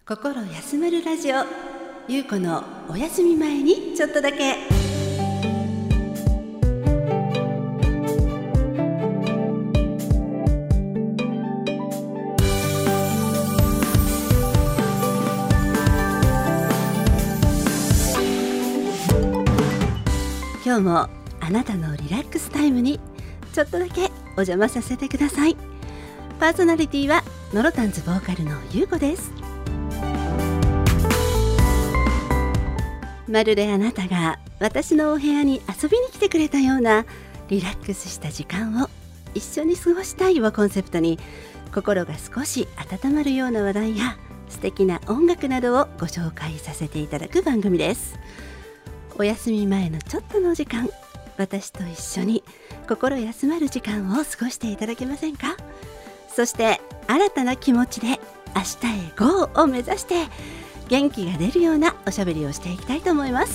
心休まるラジオ、ゆうこのお休み前にちょっとだけ。今日もあなたのリラックスタイムにちょっとだけお邪魔させてください。パーソナリティはノロタンズボーカルのゆうこです。まるであなたが私のお部屋に遊びに来てくれたようなリラックスした時間を一緒に過ごしたいをコンセプトに、心が少し温まるような話題や素敵な音楽などをご紹介させていただく番組です。お休み前のちょっとのお時間、私と一緒に心休まる時間を過ごしていただけませんか？そして新たな気持ちで明日へ GO を目指して元気が出るようなおしゃべりをしていきたいと思います。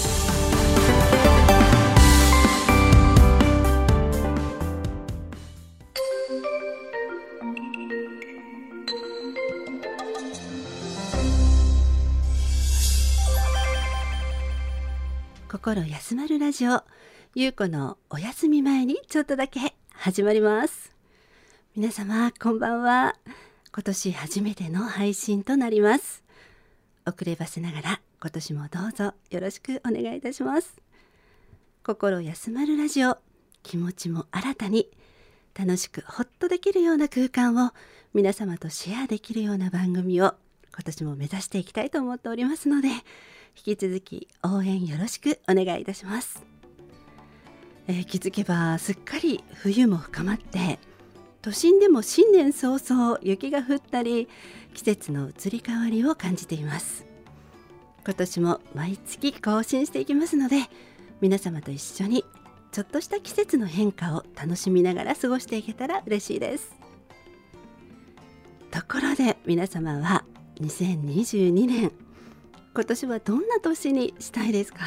心休まるラジオ、ゆうこのお休み前にちょっとだけ始まります。皆様こんばんは。今年初めての配信となります。遅ればせながら今年もどうぞよろしくお願いいたします。心休まるラジオ、気持ちも新たに楽しくほっとできるような空間を皆様とシェアできるような番組を今年も目指していきたいと思っておりますので、引き続き応援よろしくお願いいたします。気づけばすっかり冬も深まって、都心でも新年早々雪が降ったり、季節の移り変わりを感じています。今年も毎月更新していきますので、皆様と一緒にちょっとした季節の変化を楽しみながら過ごしていけたら嬉しいです。ところで皆様は2022年、今年はどんな年にしたいですか？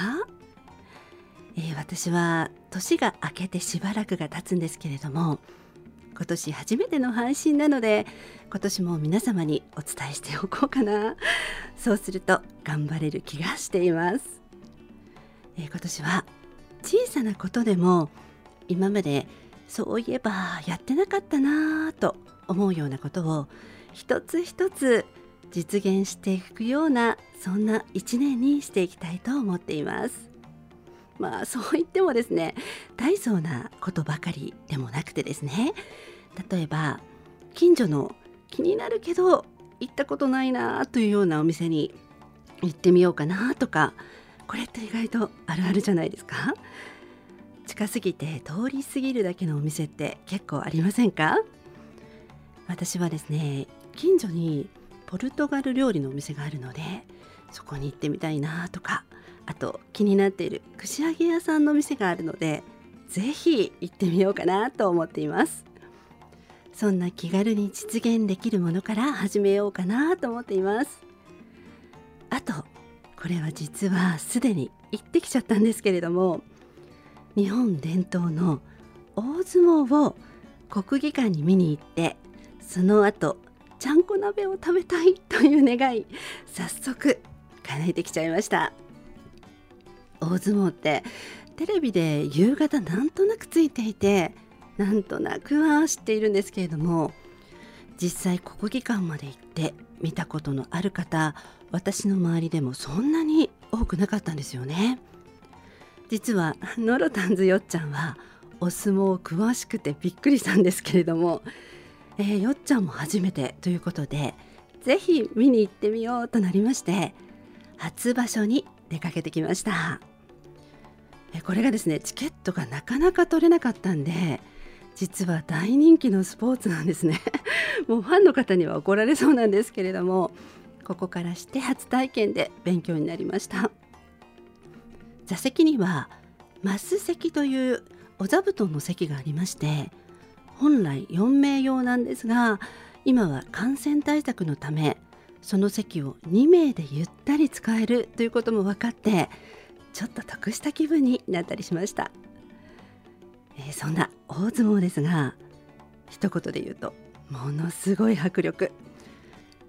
私は年が明けてしばらくが経つんですけれども、今年初めての配信なので、今年も皆様にお伝えしておこうかな。そうすると頑張れる気がしています。今年は小さなことでも今までそういえばやってなかったなと思うようなことを一つ一つ実現していくような、そんな一年にしていきたいと思っています。そう言ってもですね、大層なことばかりでもなくてですね、例えば近所の気になるけど行ったことないなというようなお店に行ってみようかなとか、これって意外とあるあるじゃないですか？近すぎて通り過ぎるだけのお店って結構ありませんか？私はですね、近所にポルトガル料理のお店があるので、そこに行ってみたいなとか、あと気になっている串揚げ屋さんの店があるので、ぜひ行ってみようかなと思っています。そんな気軽に実現できるものから始めようかなと思っています。あとこれは実はすでに行ってきちゃったんですけれども、日本伝統の大相撲を国技館に見に行って、その後ちゃんこ鍋を食べたいという願い、早速叶えてきちゃいました。大相撲ってテレビで夕方なんとなくついていて、なんとなくは知っているんですけれども、実際国技館まで行って見たことのある方、私の周りでもそんなに多くなかったんですよね。実はノロタンズよっちゃんはお相撲詳しくてびっくりしたんですけれども、よっちゃんも初めてということで、ぜひ見に行ってみようとなりまして、初場所に出かけてきました。これがですね、チケットがなかなか取れなかったんで、実は大人気のスポーツなんですね。もうファンの方には怒られそうなんですけれども、ここからして初体験で勉強になりました。座席にはマス席というお座布団の席がありまして、本来4名用なんですが、今は感染対策のためその席を2名でゆったり使えるということも分かって、ちょっと得した気分になったりしました。そんな大相撲ですが、一言で言うとものすごい迫力。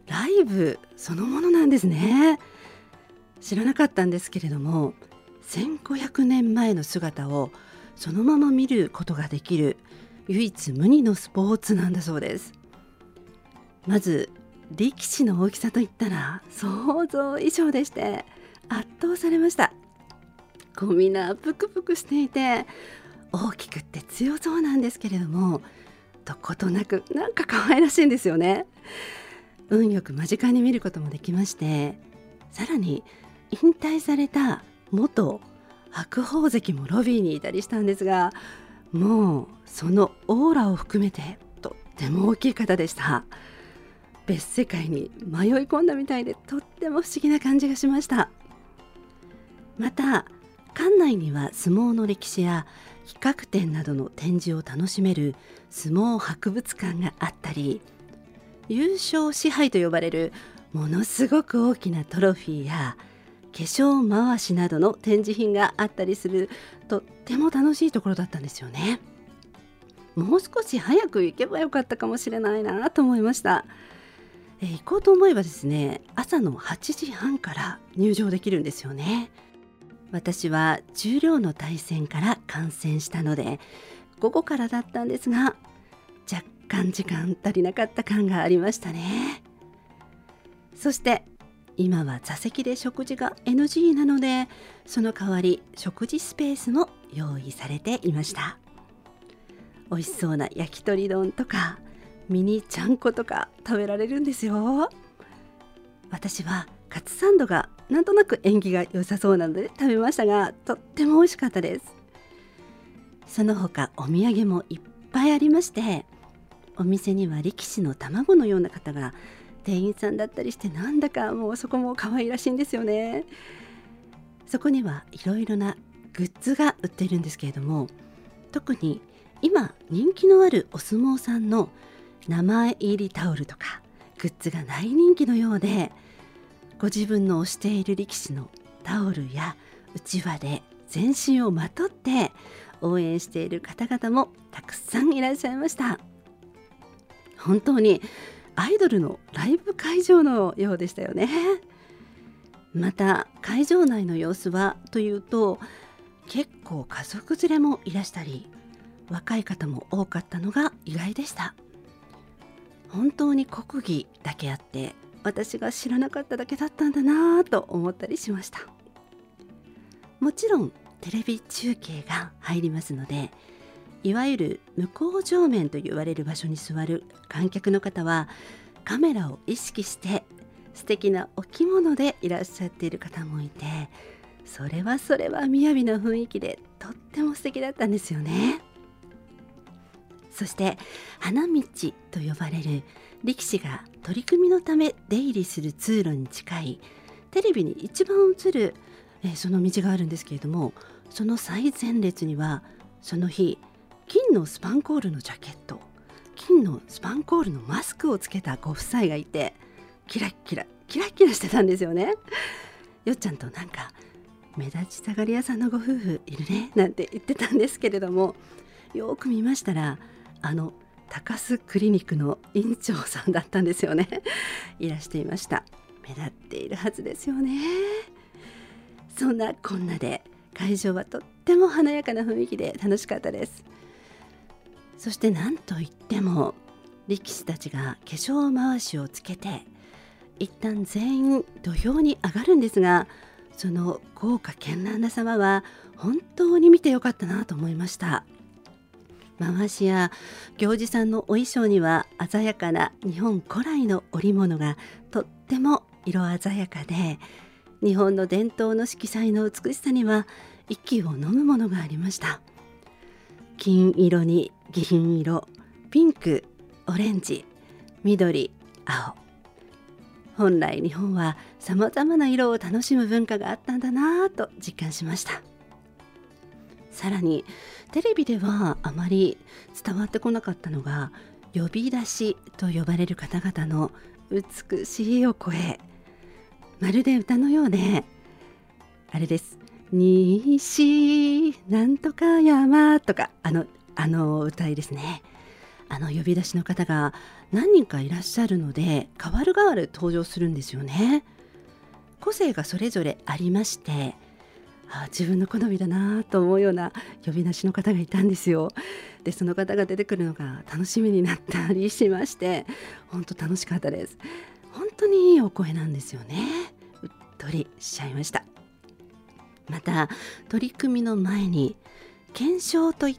ライブそのものなんですね。知らなかったんですけれども、1500年前の姿をそのまま見ることができる唯一無二のスポーツなんだそうです。まず力士の大きさといったら想像以上でして圧倒されました。みんなプクプクしていて大きくって強そうなんですけれども、どことなくなんか可愛らしいんですよね。運よく間近に見ることもできまして、さらに引退された元白鵬関もロビーにいたりしたんですが、もうそのオーラを含めてとっても大きい方でした。別世界に迷い込んだみたいでとっても不思議な感じがしました。また館内には相撲の歴史や企画展などの展示を楽しめる相撲博物館があったり、優勝賜杯と呼ばれるものすごく大きなトロフィーや化粧回しなどの展示品があったりする、とっても楽しいところだったんですよね。もう少し早く行けばよかったかもしれないなと思いました。行こうと思えばですね、朝の8時半から入場できるんですよね。私は十両の対戦から観戦したので午後からだったんですが、若干時間足りなかった感がありましたね。そして今は座席で食事が NG なので、その代わり食事スペースも用意されていました。美味しそうな焼き鳥丼とかミニちゃんことか食べられるんですよ。私はカツサンドがなんとなく縁起が良さそうなので食べましたが、とっても美味しかったです。その他お土産もいっぱいありまして、お店には力士の卵のような方が店員さんだったりして、なんだかもうそこも可愛らしいんですよね。そこにはいろいろなグッズが売っているんですけれども、特に今人気のあるお相撲さんの名前入りタオルとかグッズが大人気のようで、ご自分の推している力士のタオルやうちわで全身をまとって応援している方々もたくさんいらっしゃいました。本当にアイドルのライブ会場のようでしたよね。また会場内の様子はというと、結構家族連れもいらしたり若い方も多かったのが意外でした。本当に国技だけあって私が知らなかっただけだったんだなぁと思ったりしました。もちろんテレビ中継が入りますので、いわゆる向こう正面と言われる場所に座る観客の方はカメラを意識して素敵なお着物でいらっしゃっている方もいて、それは雅な雰囲気でとっても素敵だったんですよね。そして花道と呼ばれる力士が取り組みのため出入りする通路に近いテレビに一番映るその道があるんですけれども、その最前列にはその日金のスパンコールのジャケット、金のスパンコールのマスクをつけたご夫妻がいて、キラッキラしてたんですよね。よっちゃんとなんか目立ちたがり屋さんのご夫婦いるねなんて言ってたんですけれども、よく見ましたら高須クリニックの院長さんだったんですよね。いらしていました。目立っているはずですよね。そんなこんなで会場はとっても華やかな雰囲気で楽しかったです。そしてなんといっても力士たちが化粧回しをつけて一旦全員土俵に上がるんですが、その豪華絢爛な様は本当に見てよかったなと思いました。回しや行司さんのお衣装には鮮やかな日本古来の織物がとっても色鮮やかで、日本の伝統の色彩の美しさには息を飲むものがありました。金色に銀色、ピンク、オレンジ、緑、青。本来日本はさまざまな色を楽しむ文化があったんだなぁと実感しました。さらにテレビではあまり伝わってこなかったのが、呼び出しと呼ばれる方々の美しいお声、まるで歌のようで、あれです、西なんとか山とかあの歌いですね。呼び出しの方が何人かいらっしゃるので代わる代わる登場するんですよね。個性がそれぞれありまして、自分の好みだなと思うような呼び出しの方がいたんですよ。でその方が出てくるのが楽しみになったりしまして、本当楽しかったです。本当にいいお声なんですよね。うっとりしちゃいました。また取り組みの前に検証といって、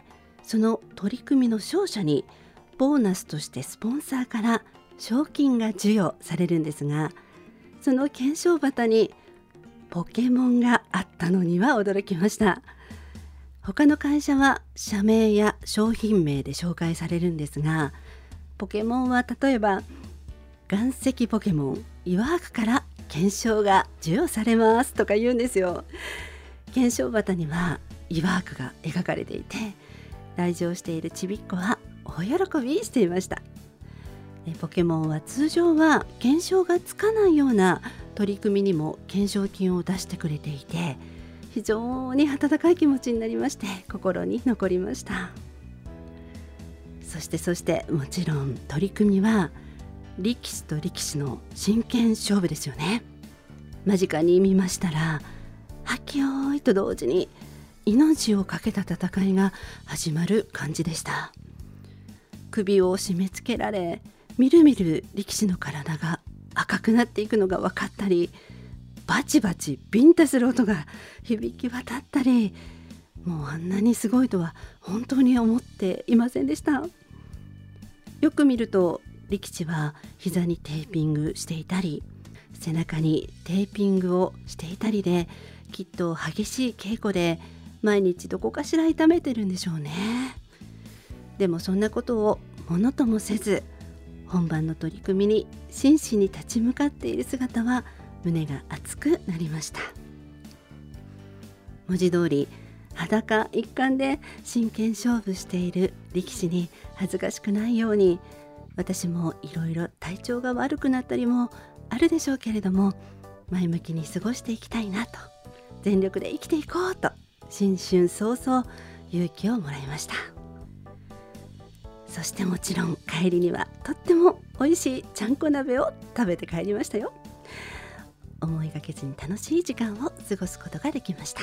その取り組みの勝者にボーナスとしてスポンサーから賞金が授与されるんですが、その検証旗にポケモンがあったのには驚きました。他の会社は社名や商品名で紹介されるんですが、ポケモンは例えば岩石ポケモンイワークから懸賞が授与されますとか言うんですよ。懸賞旗にはイワークが描かれていて、来場しているちびっ子は大喜びしていました。ポケモンは通常は懸賞がつかないような取り組みにも懸賞金を出してくれていて、非常に温かい気持ちになりまして、心に残りました。そしてもちろん取り組みは力士と力士の真剣勝負ですよね。間近に見ましたら、はっきよーいと同時に命を懸けた戦いが始まる感じでした。首を締め付けられ、みるみる力士の体が赤くなっていくのが分かったり、バチバチビンタする音が響き渡ったり、もうあんなにすごいとは本当に思っていませんでした。よく見ると力士は膝にテーピングしていたり、背中にテーピングをしていたりで、きっと激しい稽古で毎日どこかしら痛めてるんでしょうね。でもそんなことをものともせず、本番の取り組みに真摯に立ち向かっている姿は胸が熱くなりました。文字通り裸一貫で真剣勝負している力士に恥ずかしくないように、私もいろいろ体調が悪くなったりもあるでしょうけれども、前向きに過ごしていきたいなと、全力で生きていこうと新春早々勇気をもらいました。そしてもちろん帰りにはとっても美味しいちゃんこ鍋を食べて帰りましたよ。思いがけずに楽しい時間を過ごすことができました。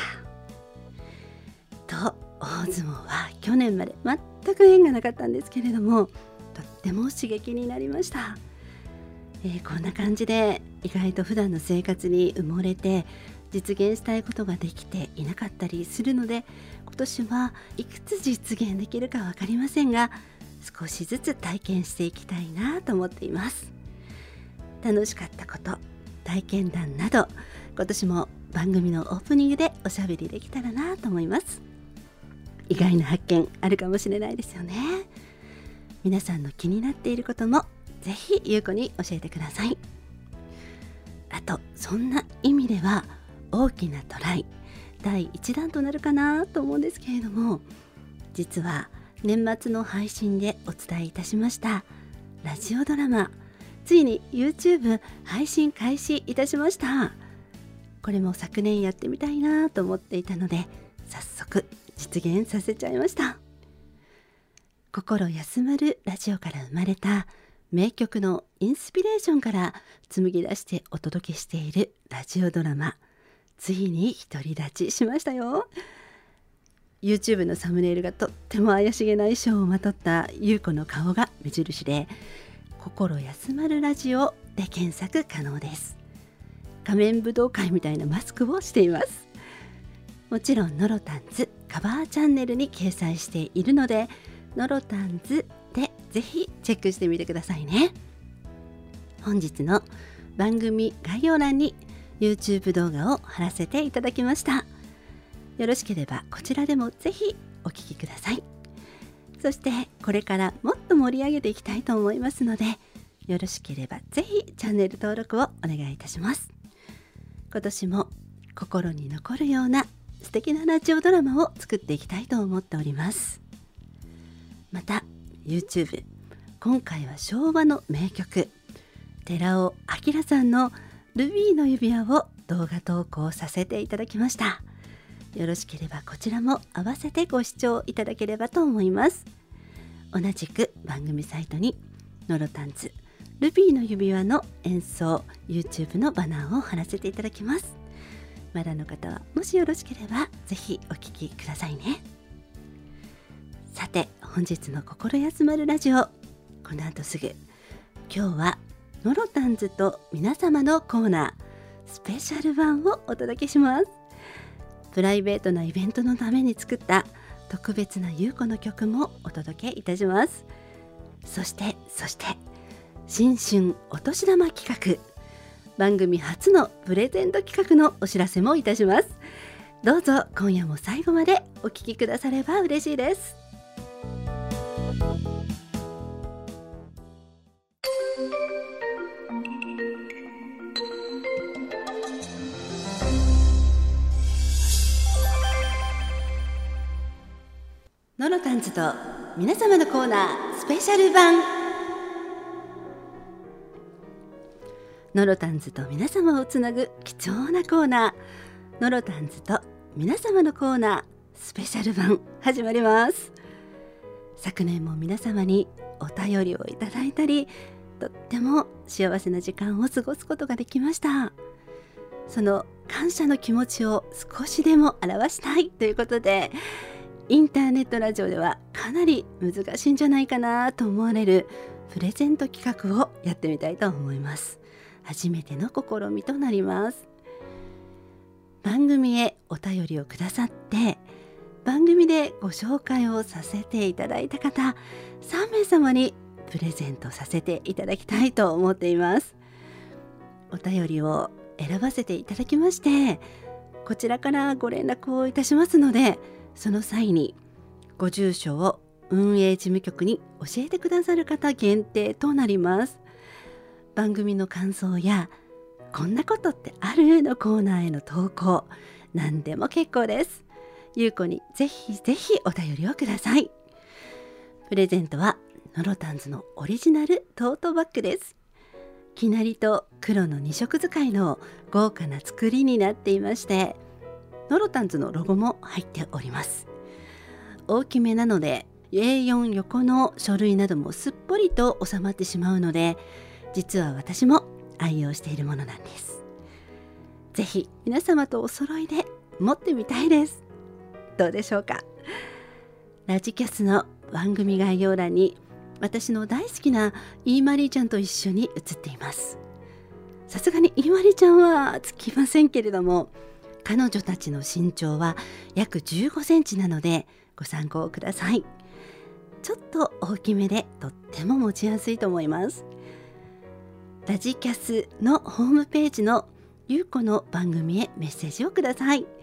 と大相撲は去年まで全く縁がなかったんですけれども、とっても刺激になりました。こんな感じで意外と普段の生活に埋もれて実現したいことができていなかったりするので、今年はいくつ実現できるか分かりませんが、少しずつ体験していきたいなと思っています。楽しかったこと、体験談など、今年も番組のオープニングでおしゃべりできたらなと思います。意外な発見あるかもしれないですよね。皆さんの気になっていることもぜひゆうこに教えてください。あとそんな意味では大きなトライ第1弾となるかなと思うんですけれども、実は年末の配信でお伝えいたしましたラジオドラマ、ついに YouTube 配信開始いたしました。これも昨年やってみたいなと思っていたので、早速実現させちゃいました。心休まるラジオから生まれた名曲のインスピレーションから紡ぎ出してお届けしているラジオドラマ、ついに独り立ちしましたよ。 YouTube のサムネイルがとっても怪しげな衣装をまとった優子の顔が目印で、心休まるラジオで検索可能です。仮面舞踏会みたいなマスクをしています。もちろんノロタンズカバーチャンネルに掲載しているので、ノロタンズでぜひチェックしてみてくださいね。本日の番組概要欄に YouTube 動画を貼らせていただきました。よろしければこちらでもぜひお聞きください。そしてこれからもっと盛り上げていきたいと思いますので、よろしければぜひチャンネル登録をお願いいたします。今年も心に残るような素敵なラジオドラマを作っていきたいと思っております。また YouTube、 今回は昭和の名曲寺尾明さんのルビーの指輪を動画投稿させていただきました。よろしければこちらも合わせてご視聴いただければと思います。同じく番組サイトにノロタンズルビーの指輪の演奏 YouTube のバナーを貼らせていただきます。まだの方はもしよろしければぜひお聞きくださいね。さて本日の心休まるラジオ、この後すぐ今日はノロタンズと皆様のコーナースペシャル版をお届けします。プライベートなイベントのために作った特別な優子の曲もお届けいたします。そして新春お年玉企画、番組初のプレゼント企画のお知らせもいたします。どうぞ今夜も最後までお聞きくだされば嬉しいです。ノロタンズと皆様のコーナースペシャル版。ノロタンズと皆様をつなぐ貴重なコーナー、ノロタンズと皆様のコーナースペシャル版始まります。昨年も皆様にお便りをいただいたり、とっても幸せな時間を過ごすことができました。その感謝の気持ちを少しでも表したいということで、インターネットラジオではかなり難しいんじゃないかなと思われるプレゼント企画をやってみたいと思います。初めての試みとなります。番組へお便りをくださって番組でご紹介をさせていただいた方3名様にプレゼントさせていただきたいと思っています。お便りを選ばせていただきまして、こちらからご連絡をいたしますので、その際にご住所を運営事務局に教えてくださる方限定となります。番組の感想やこんなことってあるのコーナーへの投稿、何でも結構です。ゆうこにぜひぜひお便りをください。プレゼントはノロタンズのオリジナルトートバッグです。生成と黒の2色使いの豪華な作りになっていまして、ノロタンズのロゴも入っております。大きめなので A4 横の書類などもすっぽりと収まってしまうので、実は私も愛用しているものなんです。ぜひ皆様とお揃いで持ってみたいです。どうでしょうか。ラジキャスの番組概要欄に私の大好きなイーマリーちゃんと一緒に写っています。さすがにイーマリーちゃんはつきませんけれども、彼女たちの身長は約15センチなのでご参考ください。ちょっと大きめでとっても持ちやすいと思います。ラジキャスのホームページのゆうこの番組へメッセージをください。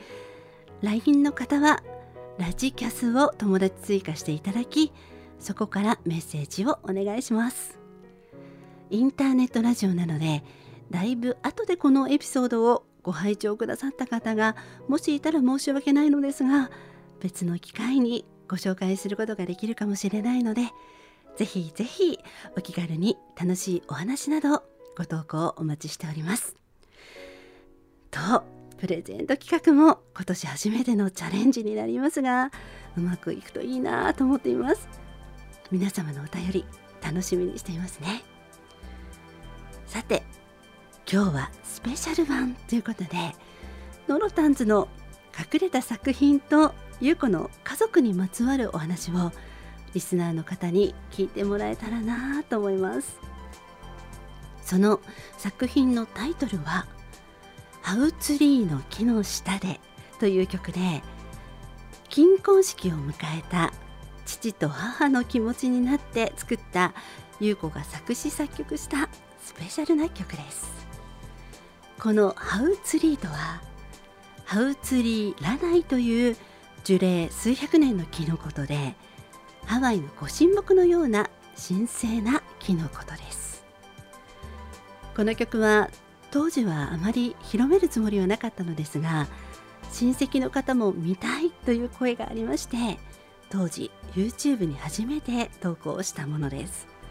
LINE の方はラジキャスを友達追加していただき、そこからメッセージをお願いします。インターネットラジオなのでだいぶ後でこのエピソードをご拝聴くださった方がもしいたら申し訳ないのですが、別の機会にご紹介することができるかもしれないので、ぜひぜひお気軽に楽しいお話などご投稿をお待ちしております。と、プレゼント企画も今年初めてのチャレンジになりますが、うまくいくといいなと思っています。皆様のお便り楽しみにしていますね。さて、今日はスペシャル版ということで、ノロタンズの隠れた作品とゆうこの家族にまつわるお話をリスナーの方に聞いてもらえたらなと思います。その作品のタイトルはハウツリーの木の下でという曲で、金婚式を迎えた父と母の気持ちになって作ったゆうこが作詞作曲したスペシャルな曲です。このハウツリーとはハウツリーラナイという樹齢数百年の木のことで、ハワイのご神木のような神聖な木のことです。この曲は当時はあまり広めるつもりはなかったのですが、親戚の方も見たいという声がありまして、当時 YouTube に初めて投稿したものです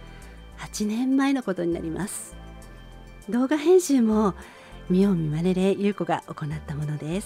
。8年前のことになります。動画編集も見よう見まねでゆうこが行ったものです。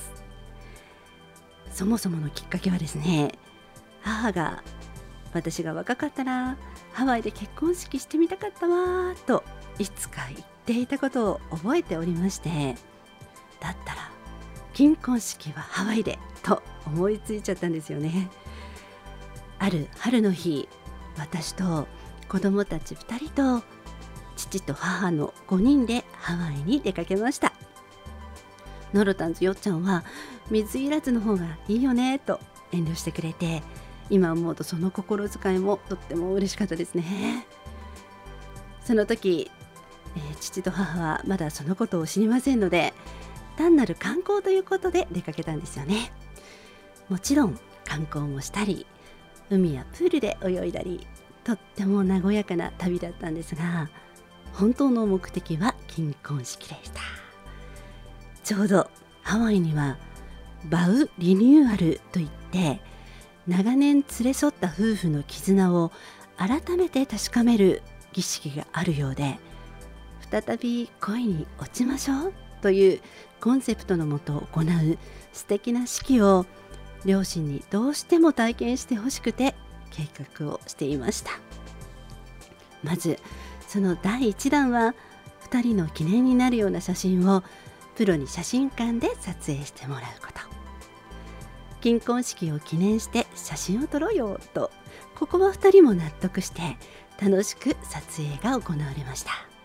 そもそものきっかけはですね、母が私が若かったらハワイで結婚式してみたかったわといつか言っていたことを覚えておりまして、だったら金婚式はハワイでと思いついちゃったんですよね。ある春の日、私と子供たち2人と父と母の5人でハワイに出かけました。ノロタンズよっちゃんは水いらずの方がいいよねと遠慮してくれて、今思うとその心遣いもとっても嬉しかったですね。その時、父と母はまだそのことを知りませんので、単なる観光ということで出かけたんですよね。もちろん観光もしたり、海やプールで泳いだり、とっても和やかな旅だったんですが、本当の目的は金婚式でした。ちょうどハワイにはバウリニューアルといって、長年連れ添った夫婦の絆を改めて確かめる儀式があるようで、再び恋に落ちましょうというコンセプトのもと行う素敵な式を両親にどうしても体験してほしくて計画をしていました。まずその第1弾は、2人の記念になるような写真をプロに写真館で撮影してもらうこと。金婚式を記念して写真を撮ろうよと、ここは2人も納得して楽しく撮影が行われました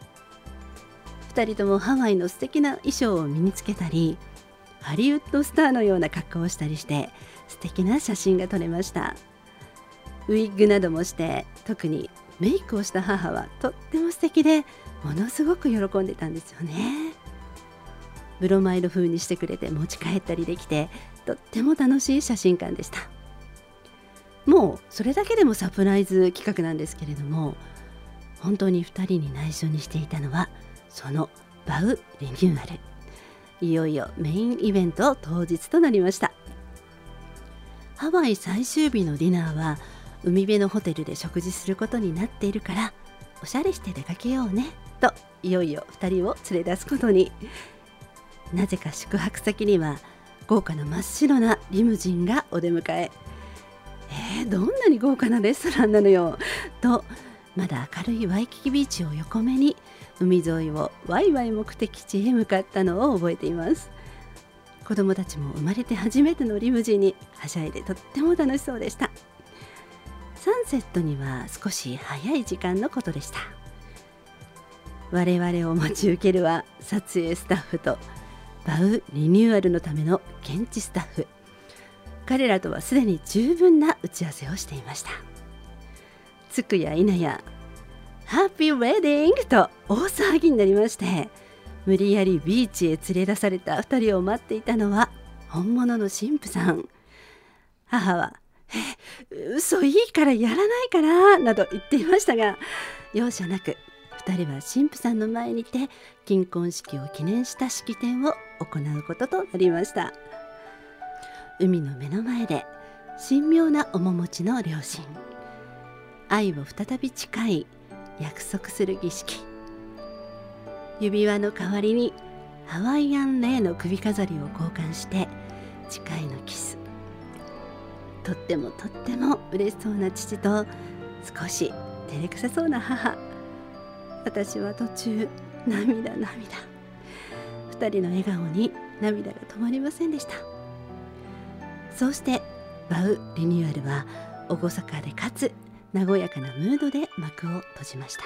。2人ともハワイの素敵な衣装を身につけたり、ハリウッドスターのような格好をしたりして素敵な写真が撮れました。ウィッグなどもして、特にメイクをした母はとっても素敵で、ものすごく喜んでたんですよね。ブロマイド風にしてくれて持ち帰ったりできて、とっても楽しい写真館でした。もうそれだけでもサプライズ企画なんですけれども、本当に2人に内緒にしていたのはそのバウリニューアル。いよいよメインイベント当日となりました。ハワイ最終日のディナーは海辺のホテルで食事することになっているから、おしゃれして出かけようねと、いよいよ2人を連れ出すことに。なぜか宿泊先には豪華な真っ白なリムジンがお出迎え。どんなに豪華なレストランなのよと、まだ明るいワイキキビーチを横目に海沿いをワイワイ目的地へ向かったのを覚えています。子供たちも生まれて初めてのリムジンにはしゃいで、とっても楽しそうでした。サンセットには少し早い時間のことでした。我々を待ち受けるは撮影スタッフとバウリニューアルのための現地スタッフ。彼らとはすでに十分な打ち合わせをしていました。着くや否やハッピーウェディングと大騒ぎになりまして、無理やりビーチへ連れ出された2人を待っていたのは本物の神父さん。母は嘘いいからやらないからなど言っていましたが、容赦なく2人は神父さんの前にて金婚式を記念した式典を行うこととなりました。海の目の前で神妙な面持ちの両親、愛を再び誓い約束する儀式。指輪の代わりにハワイアンレイの首飾りを交換して誓いのキス。とっても嬉しそうな父と少し照れくさそうな母。私は途中涙。2人の笑顔に涙が止まりませんでした。そうしてバウリニューアルは厳かでかつ和やかなムードで幕を閉じました。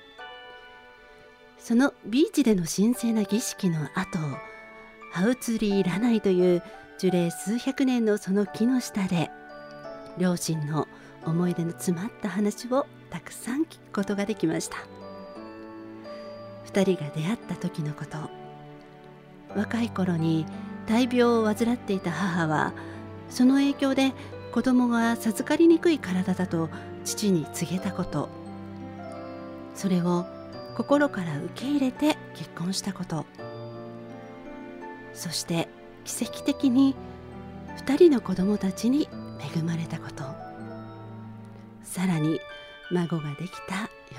そのビーチでの神聖な儀式の後、ハウツリーラナイという樹齢数百年のその木の下で、両親の思い出の詰まった話をたくさん聞くことができました。2人が出会った時のこと。若い頃に大病を患っていた母は、その影響で子供が授かりにくい体だと父に告げたこと。それを心から受け入れて結婚したこと。そして奇跡的に2人の子供たちに恵まれたこと。さらに孫ができた喜び。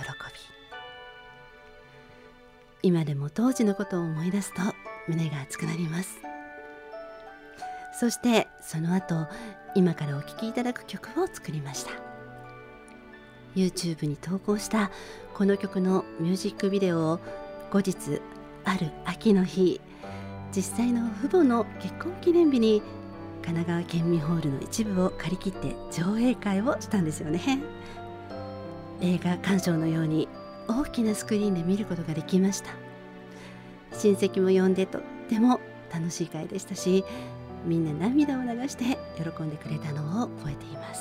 今でも当時のことを思い出すと胸が熱くなります。そしてその後、今からお聴きいただく曲を作りました。 YouTube に投稿したこの曲のミュージックビデオを後日ある秋の日、実際の父母の結婚記念日に神奈川県民ホールの一部を借り切って上映会をしたんですよね。映画鑑賞のように大きなスクリーンで見ることができました。親戚も呼んでとっても楽しい会でしたし、みんな涙を流して喜んでくれたのを覚えています。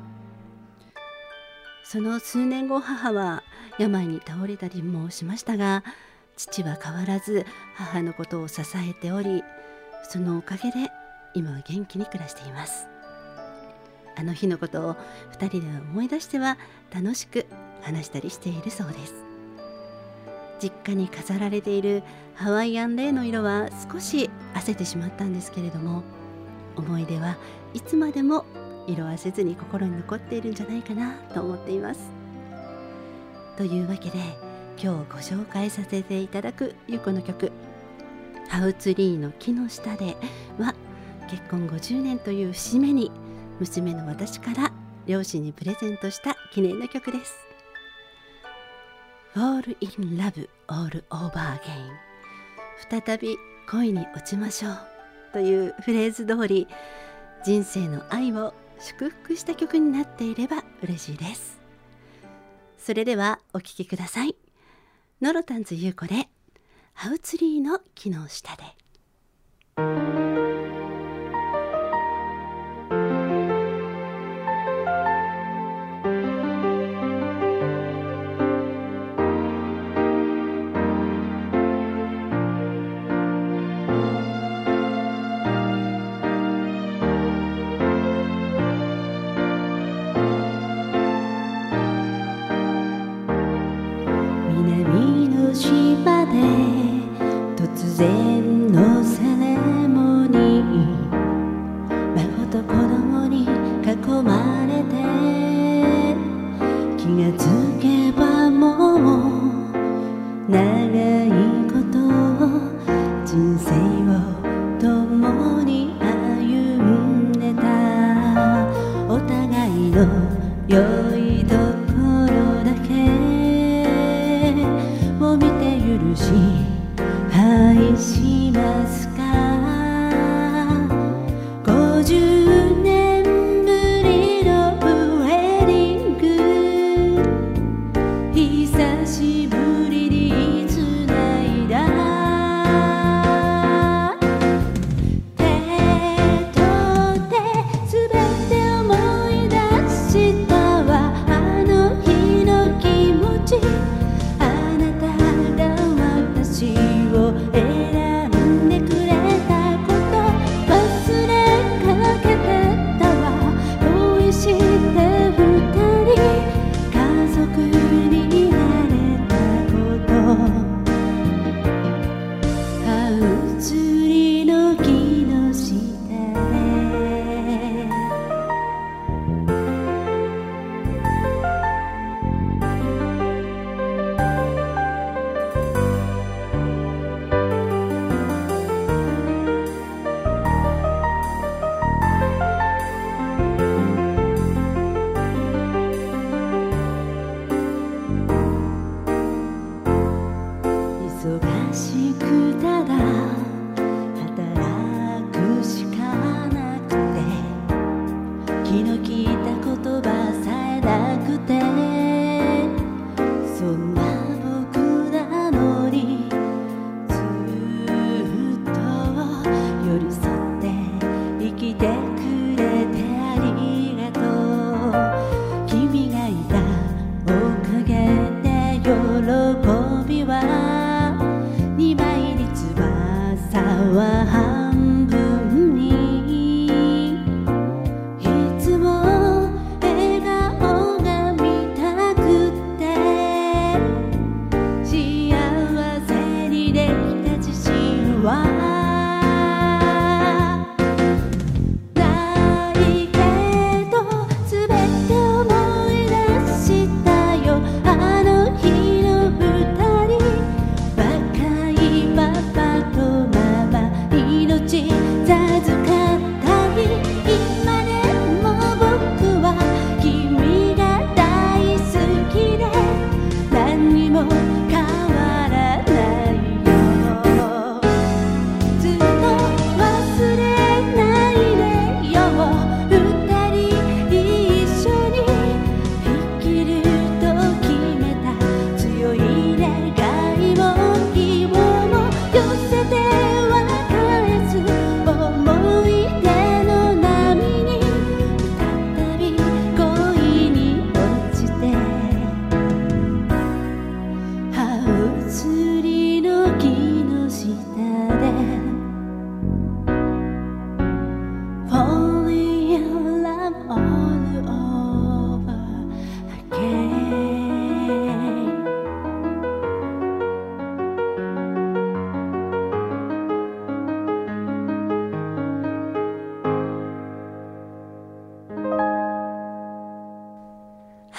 その数年後、母は病に倒れたりもしましたが、父は変わらず母のことを支えており、そのおかげで今は元気に暮らしています。あの日のことを2人で思い出しては楽しく話したりしているそうです。実家に飾られているハワイアンレイの色は少し褪せてしまったんですけれども、思い出はいつまでも色褪せずに心に残っているんじゃないかなと思っています。というわけで今日ご紹介させていただくゆこの曲「ハウツリーの木の下で」は結婚50年という節目に娘の私から両親にプレゼントした記念の曲です。 Fall in love all over again、 再び恋に落ちましょうというフレーズ通り、人生の愛を祝福した曲になっていれば嬉しいです。それではお聴きください。ノロタンズゆうこでハウツリーの木の下で。 南の島で突然のセレモニー、孫と子供に囲まれて、気がつけばもう長いこと人生を共に歩んでた。お互いの良いところだけを見て許し愛しますか。50年ぶりのウェディング、久しぶりにつないだ手と手、すべて思い出したわ。あの日の気持ち、あなたが私を選んでくれたこと、忘れかけてたわ。恋して二人家族になれたこと、ハウツリの木の下で。忙しくただ働くしかなくて、気の利いた言葉さえなくて、そんな僕なのにずっと寄り添って生きてくれてありがとう。君がいたおかげで喜びは2倍に翼は半分に、いつも笑顔が見たくて、幸せにできた自信はないけど、すべて思い出したよ。あの日の二人、若いパパとママ、命授かった日、今でも僕は君が大好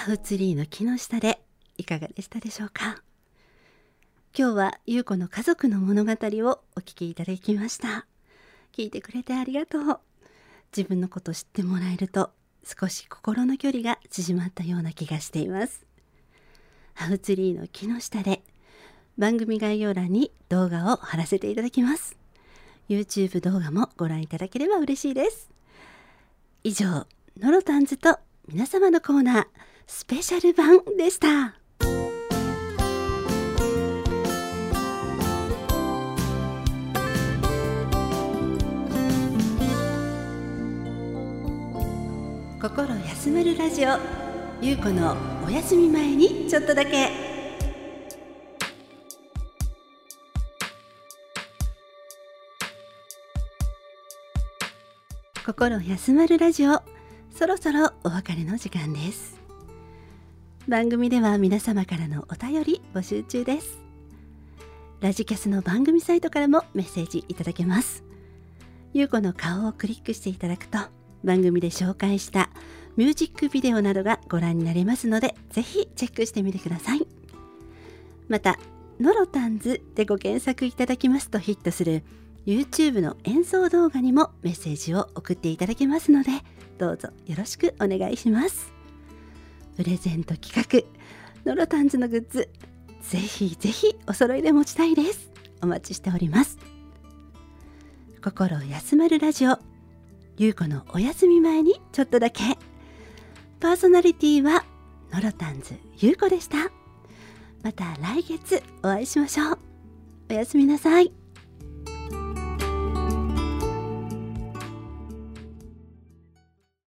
ハウツリーの木の下でいかがでしたでしょうか。今日は優子の家族の物語をお聞きいただきました。聞いてくれてありがとう。自分のこと知ってもらえると少し心の距離が縮まったような気がしています。ハウツリーの木の下で、番組概要欄に動画を貼らせていただきます。YouTube 動画もご覧いただければ嬉しいです。以上、ノロタンズと皆様のコーナースペシャル版でした。心休まるラジオ、優子のお休み前にちょっとだけ。心休まるラジオ、そろそろお別れの時間です。番組では皆様からのお便り募集中です。ラジキャスの番組サイトからもメッセージいただけます。優子の顔をクリックしていただくと、番組で紹介したミュージックビデオなどがご覧になれますので、ぜひチェックしてみてください。また、ノロタンズでご検索いただきますとヒットする YouTube の演奏動画にもメッセージを送っていただけますので、どうぞよろしくお願いします。プレゼント企画、ノロタンズのグッズ、ぜひぜひお揃いで持ちたいです。お待ちしております。心休まるラジオ、優子のお休み前にちょっとだけ。パーソナリティはノロタンズ優子でした。また来月お会いしましょう。おやすみなさい。